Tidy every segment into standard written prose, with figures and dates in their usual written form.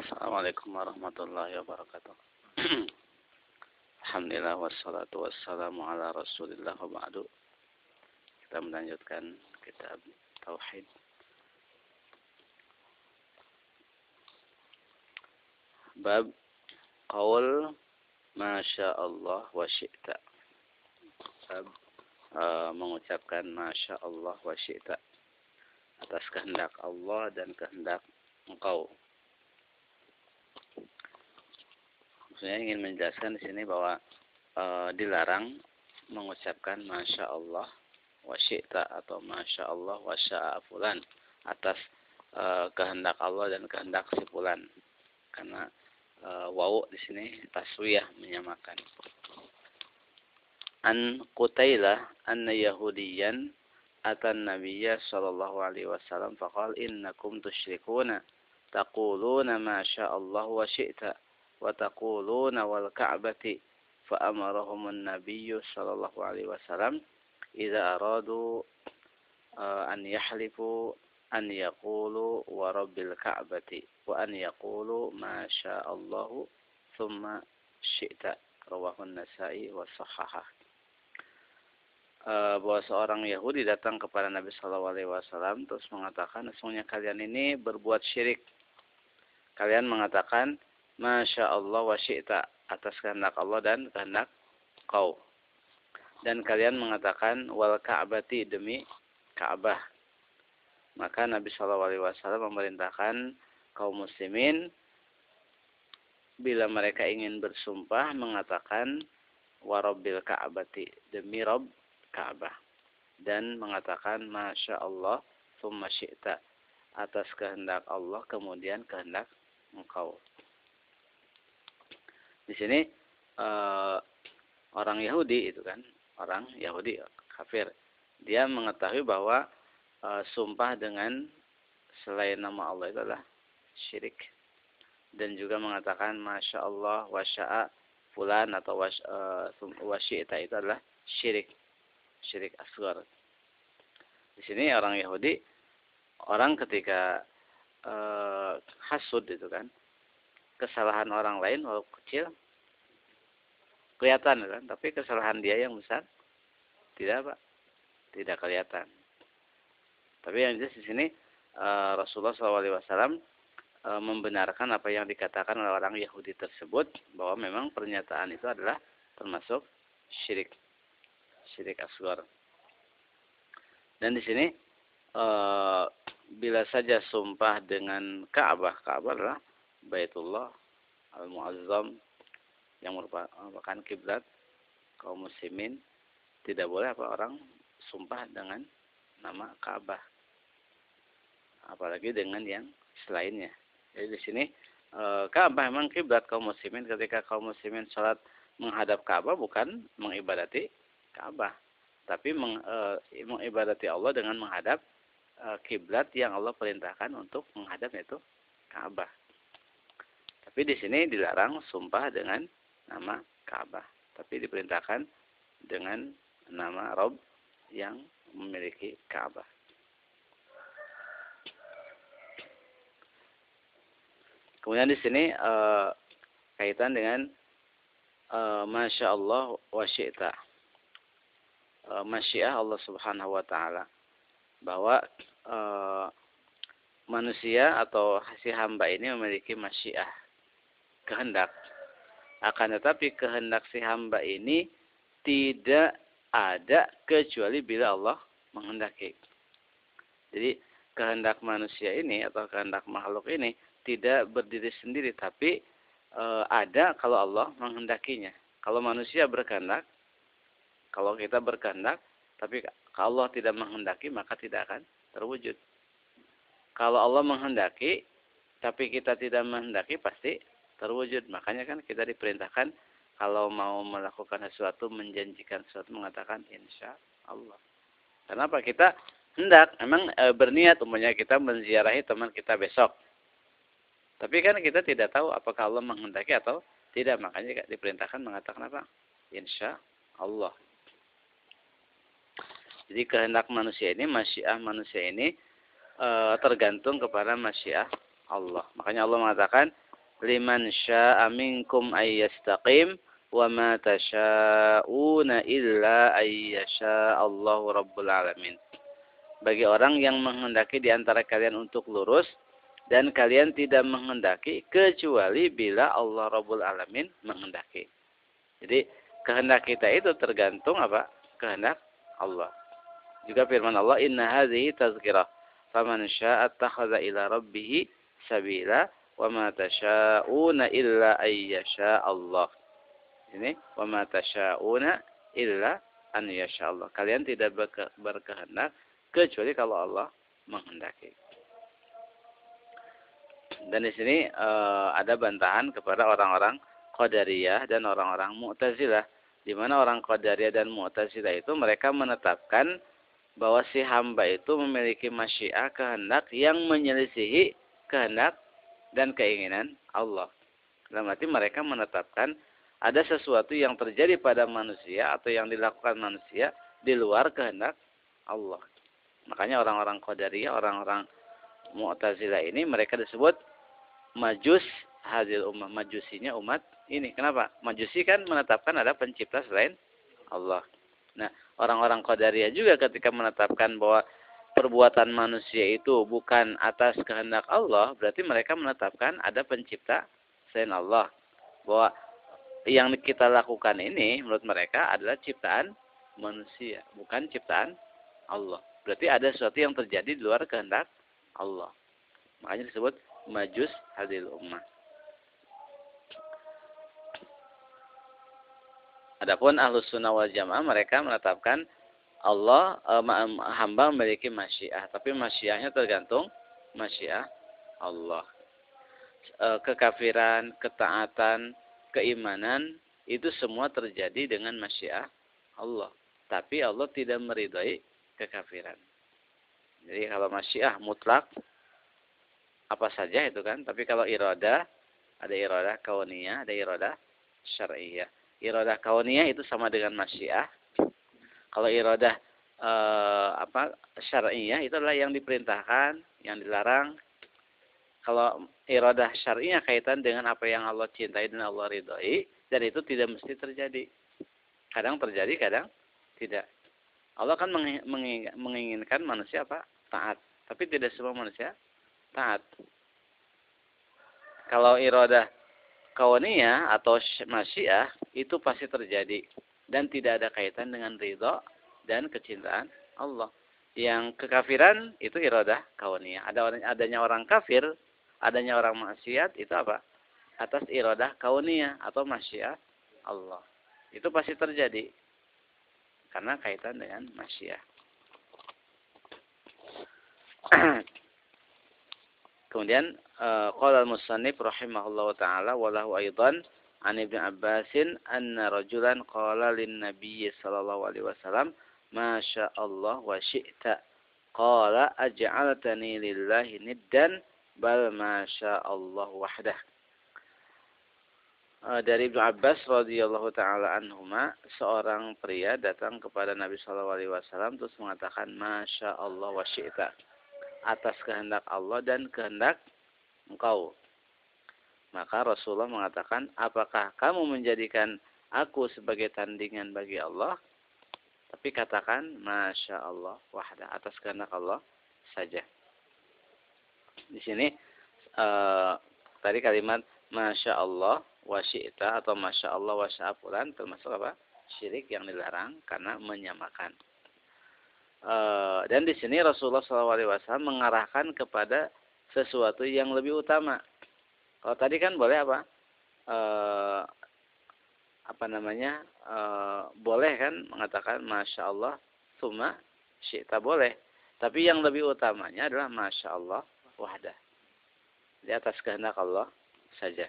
Assalamualaikum warahmatullahi wabarakatuh. Alhamdulillah wassalatu wassalamu ala Rasulillah wa ba'du. Kita melanjutkan kitab tauhid. Bab qaul masya Allah wa syi'ta. Bab mengucapkan masya Allah wa syi'ta atas kehendak Allah dan kehendak engkau. Maksudnya ingin menjelaskan di sini bahwa dilarang mengucapkan masya Allah wa syi'ta atau masya Allah wa sya'a fulan atas kehendak Allah dan kehendak si fulan, karena wawu di sini taswiyah, menyamakan. An Qutailah anna Yahudiyan atan Nabiyya sallallahu alaihi wasallam faqala innakum tusyrikuna taquluna ma syaa Allah wa syi'ta wa taquluna wal ka'bati fa amarahum an-nabiy sallallahu alaihi wasallam idza aradu an yahlifu an yaqulu wa rabbil ka'bati wa an yaqulu ma syaa Allah thumma syi'ta, rawahu an-Nasa'i wa sahhahah. Bahwa seorang Yahudi datang kepada Nabi sallallahu alaihi wasallam terus mengatakan, sesungguhnya kalian ini berbuat syirik. Kalian mengatakan masya Allah wa syi'ta atas kehendak Allah dan kehendak kau. Dan kalian mengatakan wal ka'bati demi Ka'bah. Maka Nabi sallallahu alaihi wasallam memerintahkan kaum muslimin bila mereka ingin bersumpah mengatakan wa rabbil ka'bati demi Rabb Ka'bah, dan mengatakan masya Allah thumma syi'ta atas kehendak Allah kemudian kehendak engkau. Di sini orang Yahudi itu kan, orang Yahudi kafir, dia mengetahui bahwa sumpah dengan selain nama Allah itu adalah syirik, dan juga mengatakan masya Allah wa sya'a fulan atau wa syi'ta itu adalah syirik asghar. Di sini orang Yahudi, orang ketika hasud itu kan, kesalahan orang lain walaupun kecil kelihatan kan, tapi kesalahan dia yang besar tidak kelihatan. Tapi yang jelas di sini Rasulullah SAW membenarkan apa yang dikatakan oleh orang Yahudi tersebut, bahwa memang pernyataan itu adalah termasuk syirik asghar. Dan di sini bila saja sumpah dengan Ka'bah adalah Baitullah Al-Mu'azzam yang merupakan kiblat kaum muslimin, tidak boleh orang sumpah dengan nama Ka'bah, apalagi dengan yang selainnya. Jadi di sini Ka'bah memang kiblat kaum muslimin. Ketika kaum muslimin salat menghadap Ka'bah bukan mengibadati Ka'bah, tapi mengibadati Allah dengan menghadap kiblat yang Allah perintahkan untuk menghadap, yaitu Ka'bah. Tapi di sini dilarang sumpah dengan nama Ka'bah, tapi diperintahkan dengan nama Rabb yang memiliki Ka'bah. Kemudian di sini kaitan dengan masya Allah wa syi'ta. Masyiah Allah Subhanahu wa taala, bahwa manusia atau si hamba ini memiliki masyiah, kehendak. Akan tetapi kehendak si hamba ini tidak ada kecuali bila Allah menghendaki. Jadi kehendak manusia ini atau kehendak makhluk ini tidak berdiri sendiri, tapi ada kalau Allah menghendakinya. Kalau manusia berkehendak, kalau kita berkehendak, tapi kalau Allah tidak menghendaki, maka tidak akan terwujud. Kalau Allah menghendaki, tapi kita tidak menghendaki, pasti terwujud. Makanya kan kita diperintahkan kalau mau melakukan sesuatu, menjanjikan sesuatu, mengatakan insya Allah. Kenapa? Kita hendak, memang berniat, umpamanya kita menziarahi teman kita besok. Tapi kan kita tidak tahu apakah Allah menghendaki atau tidak. Makanya diperintahkan mengatakan apa? Insya Allah. Jadi kehendak manusia ini, masyiah manusia ini tergantung kepada masyiah Allah. Makanya Allah mengatakan liman syaa'a minkum ay yastaqim wa ma tasya'una illa ay yasha Allahu rabbul alamin. Bagi orang yang menghendaki di antara kalian untuk lurus dan kalian tidak menghendaki kecuali bila Allah Rabbul Alamin menghendaki. Jadi kehendak kita itu tergantung apa? Kehendak Allah. Juga firman Allah, inna hadhihi tazkirah faman syaa'a attakhadha ila rabbih sabila wa ma tasya'una illa ay yasha Allah. Ini wa ma tasya'una illa an yasha Allah. Kalian tidak berkehendak kecuali kalau Allah menghendaki. Dan di sini ada bantahan kepada orang-orang Qadariyah dan orang-orang Mu'tazilah, di mana orang Qadariyah dan Mu'tazilah itu mereka menetapkan bahwa si hamba itu memiliki masyiah, kehendak yang menyelisihi kehendak dan keinginan Allah. Dalam arti mereka menetapkan ada sesuatu yang terjadi pada manusia atau yang dilakukan manusia di luar kehendak Allah. Makanya orang-orang Qadariyah, orang-orang Mu'tazilah ini mereka disebut majus hadil ummah, majusinya umat ini. Kenapa? Majusi kan menetapkan ada pencipta selain Allah. Nah, orang-orang Qadariyah juga ketika menetapkan bahwa perbuatan manusia itu bukan atas kehendak Allah, berarti mereka menetapkan ada pencipta selain Allah. Bahwa yang kita lakukan ini menurut mereka adalah ciptaan manusia, bukan ciptaan Allah. Berarti ada sesuatu yang terjadi di luar kehendak Allah. Makanya disebut majus hadil ummah. Adapun Ahlus Sunnah wal Jamaah mereka menetapkan Allah hamba memiliki masyiah, tapi masyiahnya tergantung masyiah Allah. Kekafiran, ketaatan, keimanan itu semua terjadi dengan masyiah Allah. Tapi Allah tidak meridhai kekafiran. Jadi kalau masyiah mutlak apa saja itu kan, tapi kalau iradah ada iradah kauniyah, ada iradah syar'iyyah. Iradah kauniyah itu sama dengan masyiah. Kalau iradah syar'iyyah itu adalah yang diperintahkan, yang dilarang. Kalau iradah syar'iyyah kaitan dengan apa yang Allah cintai dan Allah ridhai, dan itu tidak mesti terjadi. Kadang terjadi, kadang tidak. Allah kan menginginkan manusia apa? Taat. Tapi tidak semua manusia taat. Kalau iradah kauniyah atau masyiah itu pasti terjadi dan tidak ada kaitan dengan ridha dan kecintaan Allah. Yang kekafiran itu iradah kauniyah. Adanya orang kafir, adanya orang maksiat itu apa? Atas iradah kauniyah atau masyiah Allah. Itu pasti terjadi karena kaitan dengan masyiah. Kemudian qala al-musannif rahimahullahu taala wa lahu aidan an Ibnu Abbasin anna rajulan qala lin nabiy sallallahu alaihi wasallam ma syaa Allah wa syi'ta qala aj'altani lillahi niddan bal ma syaa Allah wahdah. Dari Ibnu Abbas radhiyallahu taala anhuma, seorang pria datang kepada Nabi sallallahu alaihi wasallam terus mengatakan masya Allah wa syi'ta, atas kehendak Allah dan kehendak engkau. Maka Rasulullah mengatakan, apakah kamu menjadikan aku sebagai tandingan bagi Allah? Tapi katakan masya Allah wahda, atas kehendak Allah saja. Di sini tadi kalimat masya Allah wa syi'ta atau masya Allah wa sya'afulan termasuk apa? Syirik yang dilarang karena menyamakan. Dan di sini Rasulullah SAW mengarahkan kepada sesuatu yang lebih utama. Kalau tadi kan boleh apa? Boleh kan mengatakan masya Allah summa syi'ta boleh. Tapi yang lebih utamanya adalah masya Allah wahdah. Di atas kehendak Allah saja.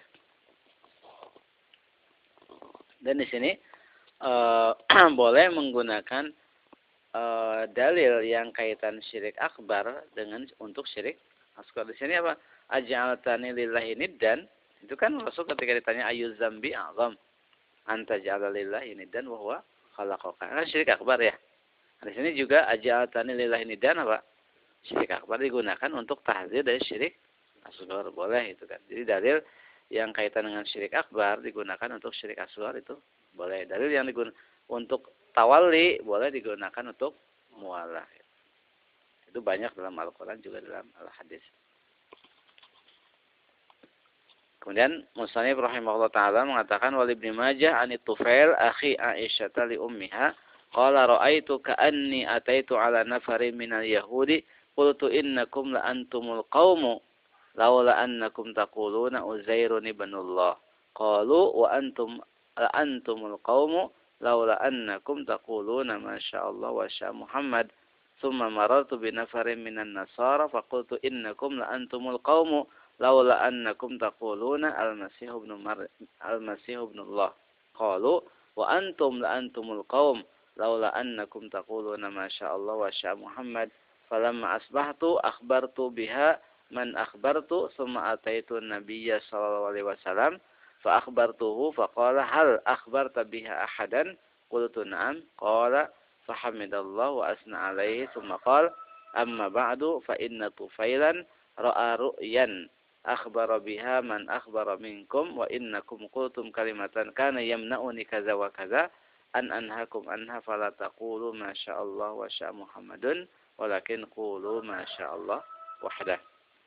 Dan di sini boleh menggunakan dalil yang kaitan syirik akbar dengan untuk syirik asghar. Di sini apa? Aj'altani lillahi niddan. Itu kan Rasul ketika ditanya ayu dzambi a'zam anta ja'ala lillahi niddan wa huwa khalaqaka. Kan syirik akbar ya. Di sini juga aj'altani lillahi niddan apa? Syirik akbar digunakan untuk tahdzir dari syirik asghar. Boleh itu kan. Jadi dalil yang kaitan dengan syirik akbar digunakan untuk syirik asghar itu boleh. Dalil yang digunakan untuk tawalli boleh digunakan untuk mualah. Itu banyak dalam Al-Qur'an juga dalam Al-Hadis. Kemudian Musannif rahimahullah taala mengatakan wal Ibnu Majah an Tufail akhi Aisyah li ummiha qala ra'aitu ka'anni ataitu ala nafarin minal yahudi qultu innakum la antumul qaumu laula annakum taquluna Uzairun ibnullah qalu wa antum la antumul qaumu laula annakum taquluna masyaallah wa sya Muhammad thumma marartu bi nafarin minan nasara faqultu innakum la antumul qaumu laula annakum taquluna al-masih ibnullah qalu wa antum la antumul qaum laula annakum taquluna masyaallah wa sya Muhammad falamma asbahtu akhbartu biha man akhbartu thumma ataitu an-nabiyya sallallahu alaihi wasallam fa akhbartuhu faqala hal akhbarta biha ahadan qultu na'am qala fahamidallah wa asna alaihi thumma qala amma ba'du fa inna tufailan ra'a ru'yan akhbara biha man akhbara minkum wa innakum qultum kalimatan kana yamna'uni kaza wa kaza an anhakum anha fala taqulu ma sya'allah wa sya Muhammadun walakin qulu ma sya'allah wahdah.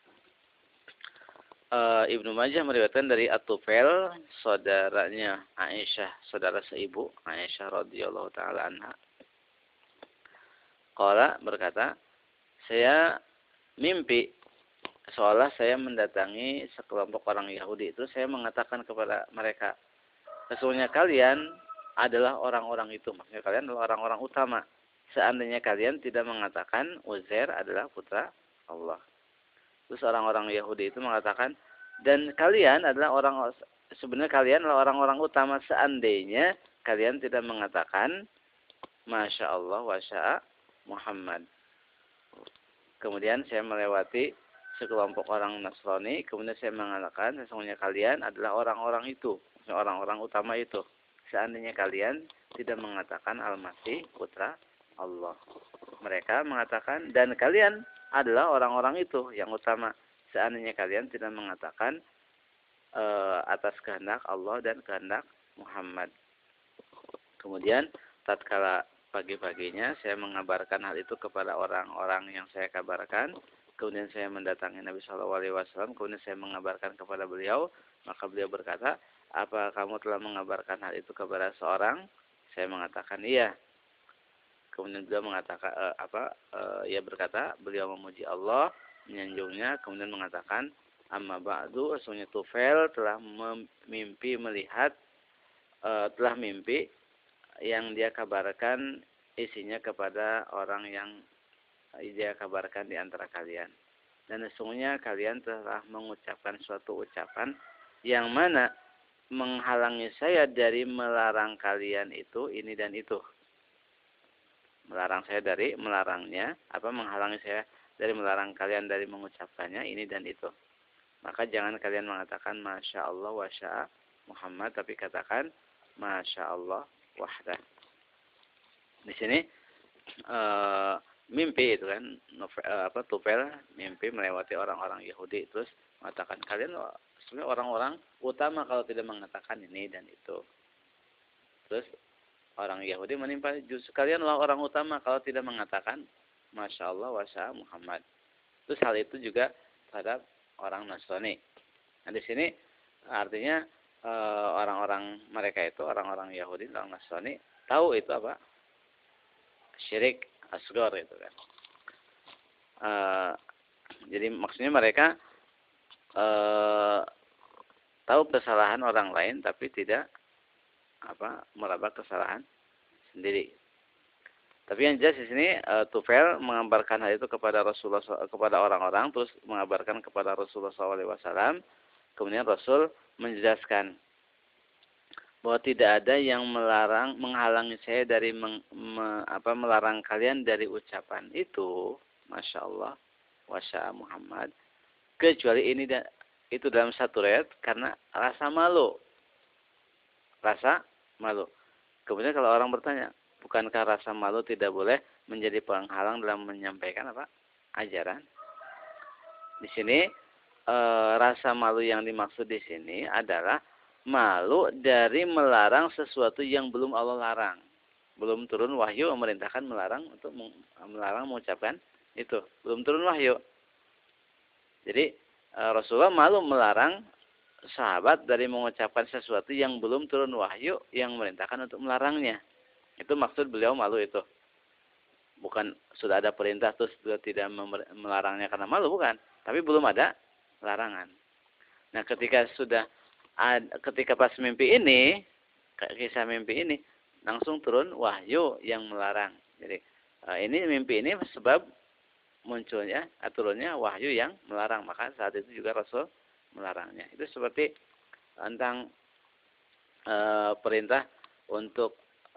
Ibnu Majah meriwayatkan dari At-Tufail saudaranya Aisyah, saudara seibu Aisyah radhiyallahu taala anha. Qala berkata, saya mimpi seolah saya mendatangi sekelompok orang Yahudi itu, saya mengatakan kepada mereka, sesungguhnya kalian adalah orang-orang itu, maksudnya kalian adalah orang-orang utama. Seandainya kalian tidak mengatakan Uzair adalah putra Allah. Terus orang-orang Yahudi itu mengatakan, dan kalian adalah sebenarnya kalian adalah orang-orang utama seandainya kalian tidak mengatakan Masya Allah wa sya'a Muhammad. Kemudian saya melewati sekelompok orang Nasrani, kemudian saya mengatakan sesungguhnya kalian adalah orang-orang itu, orang-orang utama itu. Seandainya kalian tidak mengatakan Al-Masih putra Allah. Mereka mengatakan dan kalian adalah orang-orang itu yang utama. Seandainya kalian tidak mengatakan atas kehendak Allah dan kehendak Muhammad. Kemudian tatkala pagi-paginya saya mengabarkan hal itu kepada orang-orang yang saya kabarkan. Kemudian saya mendatangi Nabi Shallallahu Alaihi Wasallam. Kemudian saya mengabarkan kepada beliau. Maka beliau berkata, apa kamu telah mengabarkan hal itu kepada seorang? Saya mengatakan iya. Kemudian beliau mengatakan ia berkata, beliau memuji Allah, menyanjungnya, kemudian mengatakan, amma ba'du, sesungguhnya Tufail telah mimpi yang dia kabarkan isinya kepada orang yang dia kabarkan di antara kalian. Dan sesungguhnya kalian telah mengucapkan suatu ucapan yang mana menghalangi saya dari melarang kalian itu, ini dan itu. Melarang saya dari melarangnya, menghalangi saya dari melarang kalian dari mengucapkannya, ini dan itu. Maka jangan kalian mengatakan Masya Allah wa sya'a Muhammad, tapi katakan Masya Allah wahdah. Di sini mimpi itu kan, Tufail mimpi melewati orang-orang Yahudi, terus mengatakan kalian sebenarnya orang-orang utama kalau tidak mengatakan ini dan itu. Terus orang Yahudi menimpa, justru kalianlah orang utama kalau tidak mengatakan Masya Allah wa sya Muhammad. Terus hal itu juga terhadap orang Nasrani. Nah di sini artinya orang-orang mereka itu, orang-orang Yahudi, orang Nasrani tahu itu apa? Syirik asghar itu kan. Jadi maksudnya mereka tahu kesalahan orang lain tapi tidak meraba kesalahan sendiri. Tapi yang jelas di sini Tufail mengabarkan hal itu kepada Rasulullah, kepada orang-orang, terus mengabarkan kepada Rasulullah SAW. Kemudian Rasul menjelaskan bahwa tidak ada yang menghalangi saya dari melarang kalian dari ucapan itu, Masya Allah wa sya Muhammad, kecuali ini dan itu dalam satu riwayat karena rasa malu. Rasa malu. Kemudian kalau orang bertanya, bukankah rasa malu tidak boleh menjadi penghalang dalam menyampaikan ajaran? Di sini rasa malu yang dimaksud di sini adalah malu dari melarang sesuatu yang belum Allah larang. Belum turun wahyu memerintahkan melarang untuk melarang mengucapkan itu. Belum turun wahyu. Jadi Rasulullah malu melarang sahabat dari mengucapkan sesuatu yang belum turun wahyu yang memerintahkan untuk melarangnya. Itu maksud beliau malu itu. Bukan sudah ada perintah terus beliau tidak melarangnya karena malu, bukan. Tapi belum ada larangan. Nah, ketika pas mimpi ini, kisah mimpi ini langsung turun wahyu yang melarang. Jadi ini mimpi ini sebab munculnya turunnya wahyu yang melarang. Maka saat itu juga Rasul melarangnya. Itu seperti tentang perintah untuk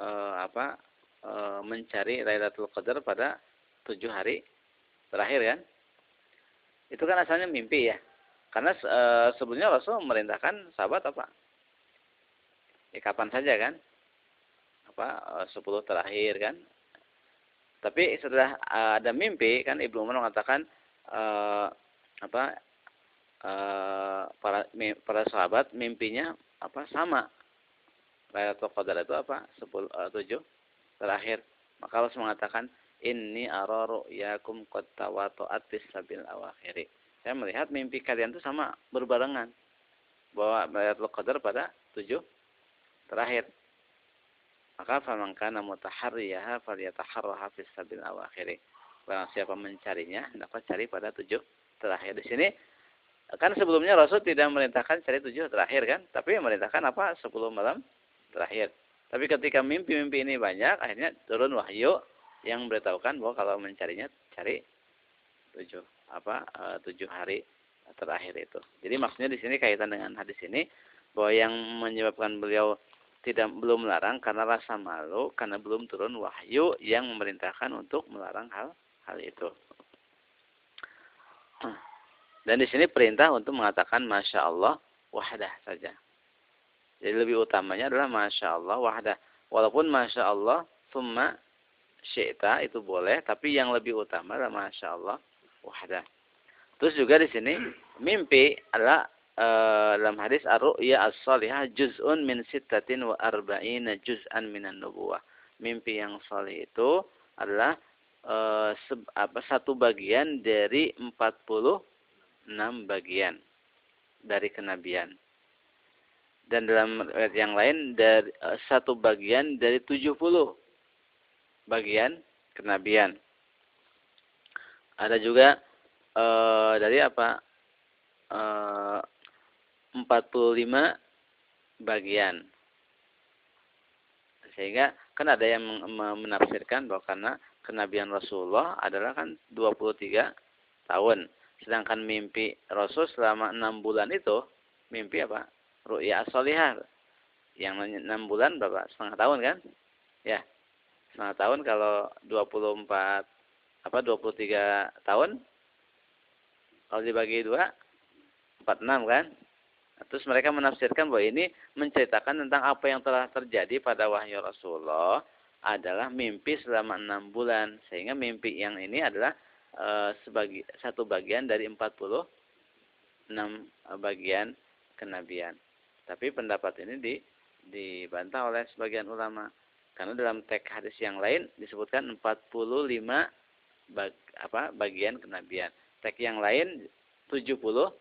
mencari Lailatul Qadar pada 7 hari terakhir kan. Itu kan asalnya mimpi ya. Karena sebelumnya Rasul memerintahkan sahabat apa? Ya kapan saja kan? 10 terakhir kan? Tapi setelah ada mimpi kan Ibnu Umar mengatakan para sahabat mimpinya sama. Lailatul Qadar itu 7 terakhir. Maka Rasul mengatakan inni ara ru'yakum qad tawatu'at bis sabil awakhir. Saya melihat mimpi kalian itu sama, berbarengan. Bahwa Lailatul Qadar pada 7 terakhir. Maka faman kana mutaharriyaha falyataharraha fis sabil awakhir. Barang siapa mencarinya, dapat cari pada 7 terakhir. Di sini kan sebelumnya Rasul tidak memerintahkan cari 7 terakhir kan, tapi memerintahkan 10 malam terakhir. Tapi ketika mimpi-mimpi ini banyak, akhirnya turun wahyu yang memberitahukan bahwa kalau mencarinya cari 7 hari terakhir itu. Jadi maksudnya di sini kaitan dengan hadis ini bahwa yang menyebabkan beliau belum melarang karena rasa malu, karena belum turun wahyu yang memerintahkan untuk melarang hal itu. Dan di sini perintah untuk mengatakan masya Allah wahdah saja. Jadi lebih utamanya adalah masya Allah wahdah. Walaupun masya Allah summa syi'ta itu boleh, tapi yang lebih utama adalah masya Allah wahdah. Terus juga di sini mimpi adalah dalam hadis ar-ru'ya as-salihah juz'un min 46 juz'an minan nubuwah. Mimpi yang salih itu adalah satu bagian dari 46 bagian dari kenabian. Dan dalam ayat yang lain dari satu bagian dari 70 bagian kenabian. Ada juga dari 45 bagian. Sehingga kan ada yang menafsirkan bahwa karena kenabian Rasulullah adalah kan 23 tahun. Sedangkan mimpi Rasul selama 6 bulan itu mimpi apa? Ru'ya as-salihah. Yang 6 bulan berapa? Setengah tahun kan? Ya. Setengah tahun kalau 23 tahun kalau dibagi 2 46 kan? Terus mereka menafsirkan bahwa ini menceritakan tentang apa yang telah terjadi pada wahyu Rasulullah adalah mimpi selama 6 bulan. Sehingga mimpi yang ini adalah satu bagian dari 46 bagian kenabian. Tapi pendapat ini dibantah oleh sebagian ulama. Karena dalam teks hadis yang lain disebutkan 45 bagian kenabian. Teks yang lain 70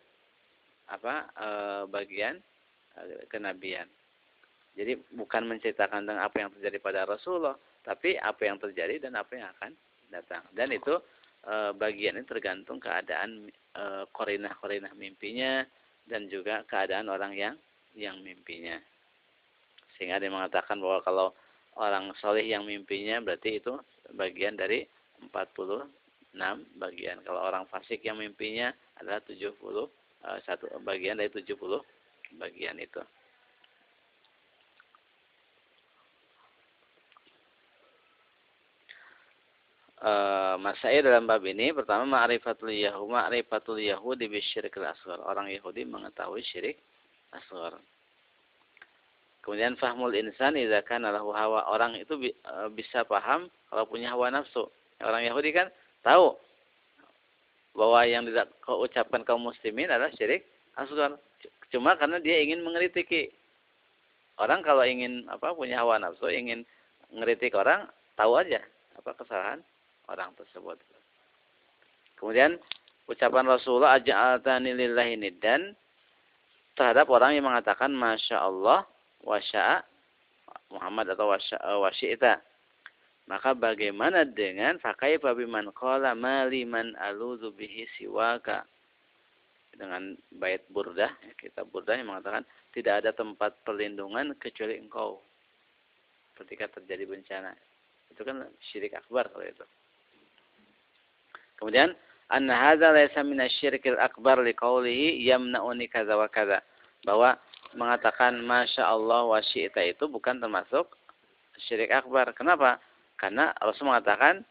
bagian kenabian. Jadi bukan menceritakan tentang apa yang terjadi pada Rasulullah, tapi apa yang terjadi dan apa yang akan datang. Dan itu bagian ini tergantung keadaan korinah mimpinya dan juga keadaan orang yang mimpinya. Sehingga ada yang mengatakan bahwa kalau orang soleh yang mimpinya berarti itu bagian dari 46 bagian. Kalau orang fasik yang mimpinya adalah 1 bagian dari 70 bagian itu. Masail dalam bab ini pertama ma'rifatul yahudi bisyirkil asghar. Orang Yahudi mengetahui syirik asghar. Kemudian fahmul insan idza kana lahu hawa. Orang itu bisa paham kalau punya hawa nafsu. Orang Yahudi kan tahu bahwa yang tidak kau ucapkan kaum muslimin adalah syirik asghar. Cuma karena dia ingin mengkritiki. Orang kalau ingin punya hawa nafsu, ingin ngeritik orang, tahu aja kesalahan orang tersebut. Kemudian ucapan Rasulullah aj'altani lillahi niddan terhadap orang yang mengatakan masya Allah wa sya'a Muhammad atau wa syi'ta. Maka bagaimana dengan fakaifa biman qala maliman aluzu bihi siwaka. Dengan bait Burdah, kitab Burdah yang mengatakan tidak ada tempat perlindungan kecuali engkau ketika terjadi bencana. Itu kan syirik akbar kalau itu. Kemudian anna hadza laysa minasyirkil akbar liqaulihi yamna'uni kadza wa kadza. Bahwa mengatakan masya Allah wa syi'ta itu bukan termasuk syirik akbar. Kenapa? Karena Rasul mengatakan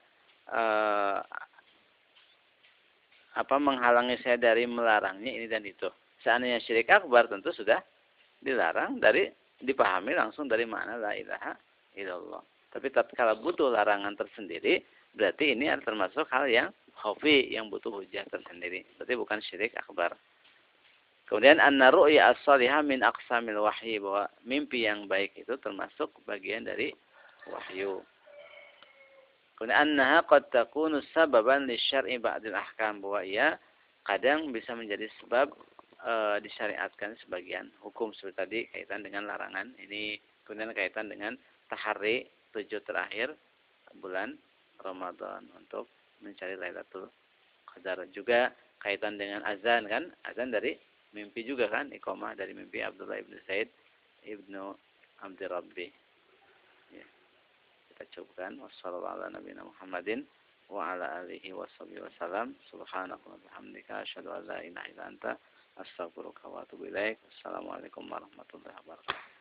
menghalangi saya dari melarangnya ini dan itu. Seandainya syirik akbar tentu sudah dilarang dipahami langsung dari makna la ilaha illallah. Tapi tatkala butuh larangan tersendiri, berarti ini termasuk hal yang khafi, yang butuh hujah tersendiri. Berarti bukan syirik akbar. Kemudian anna ru'ya as-salihah min aqsamil wahyi, bahwa mimpi yang baik itu termasuk bagian dari wahyu. Kemudian annaha qad takunu sababan lisyar'i ba'dil ahkam, bahwa ia kadang bisa menjadi sebab disyariatkan sebagian hukum seperti tadi kaitan dengan larangan ini, kemudian kaitan dengan tahari 7 terakhir bulan Ramadan untuk mencari Lailatul Qadar, juga kaitan dengan azan kan, azan dari mimpi juga kan, iqamah dari mimpi Abdullah ibn Zaid ibnu Abdi Rabbi. Ya. Kita cobakan. Wassalamualaikum Muhammadin wa ala alihi washabihi wasallam. Subhanakallahumma wa bihamdika asyhadu an la ilaha illa anta astaghfiruka wa atubu ilaik. Assalamualaikum warahmatullahi wabarakatuh.